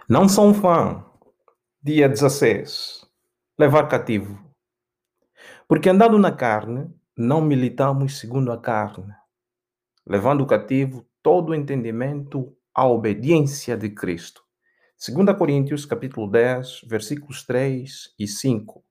Não sou um fã. Dia 16. Levar cativo. Porque andando na carne, não militamos segundo a carne, levando cativo todo o entendimento à obediência de Cristo. 2 Coríntios, capítulo 10, versículos 3 e 5.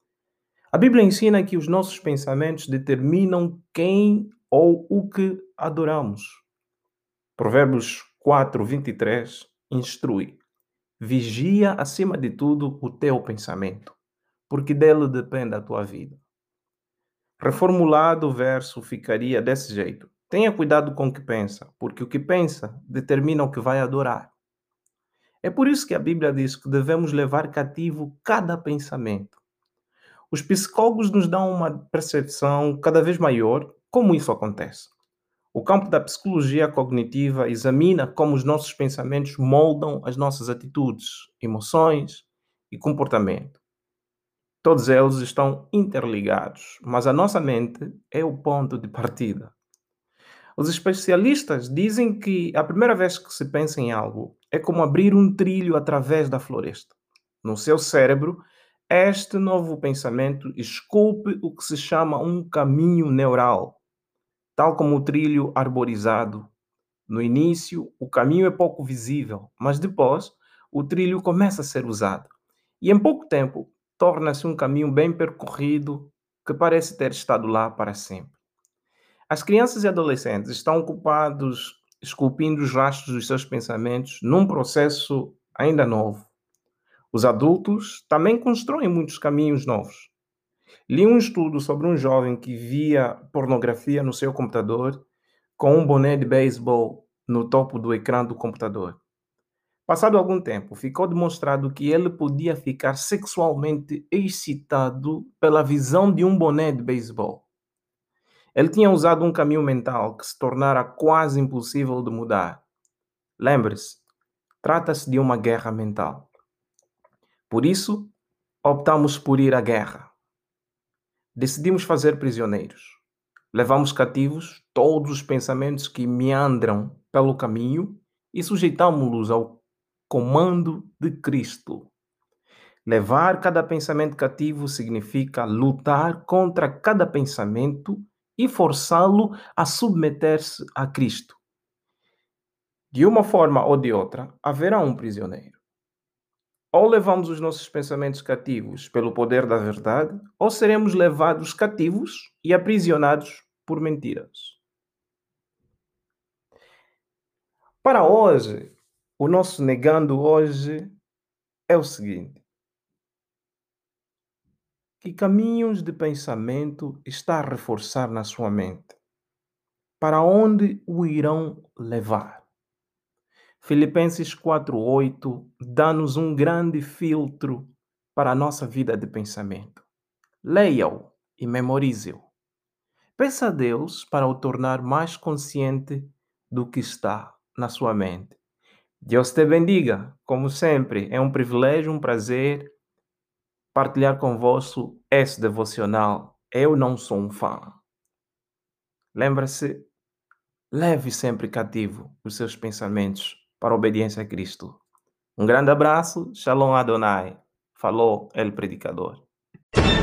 A Bíblia ensina que os nossos pensamentos determinam quem ou o que adoramos. Provérbios 4, 23 instrui: vigia acima de tudo o teu pensamento, porque dele depende a tua vida. Reformulado, o verso ficaria desse jeito: tenha cuidado com o que pensa, porque o que pensa determina o que vai adorar. É por isso que a Bíblia diz que devemos levar cativo cada pensamento. Os psicólogos nos dão uma percepção cada vez maior como isso acontece. O campo da psicologia cognitiva examina como os nossos pensamentos moldam as nossas atitudes, emoções e comportamento. Todos eles estão interligados, mas a nossa mente é o ponto de partida. Os especialistas dizem que a primeira vez que se pensa em algo é como abrir um trilho através da floresta. No seu cérebro, este novo pensamento esculpe o que se chama um caminho neural, tal como o trilho arborizado. No início, o caminho é pouco visível, mas depois o trilho começa a ser usado. E em pouco tempo, torna-se um caminho bem percorrido que parece ter estado lá para sempre. As crianças e adolescentes estão ocupados esculpindo os rastros dos seus pensamentos num processo ainda novo. Os adultos também constroem muitos caminhos novos. Li um estudo sobre um jovem que via pornografia no seu computador com um boné de beisebol no topo do ecrã do computador. Passado algum tempo, ficou demonstrado que ele podia ficar sexualmente excitado pela visão de um boné de beisebol. Ele tinha usado um caminho mental que se tornara quase impossível de mudar. Lembre-se, trata-se de uma guerra mental. Por isso, optamos por ir à guerra. Decidimos fazer prisioneiros. Levamos cativos todos os pensamentos que meandram pelo caminho e sujeitamos-los ao comando de Cristo. Levar cada pensamento cativo significa lutar contra cada pensamento e forçá-lo a submeter-se a Cristo. De uma forma ou de outra, haverá um prisioneiro. Ou levamos os nossos pensamentos cativos pelo poder da verdade, ou seremos levados cativos e aprisionados por mentiras. Para hoje, o nosso negando hoje é o seguinte: que caminhos de pensamento está a reforçar na sua mente? Para onde o irão levar? Filipenses 4:8 dá-nos um grande filtro para a nossa vida de pensamento. Leia-o e memorize-o. Peça a Deus para o tornar mais consciente do que está na sua mente. Deus te bendiga. Como sempre, é um privilégio, um prazer partilhar convosco esse devocional. Eu não sou um fã. Lembre-se, leve sempre cativo os seus pensamentos para a obediência a Cristo. Um grande abraço. Shalom Adonai. Falou El Predicador.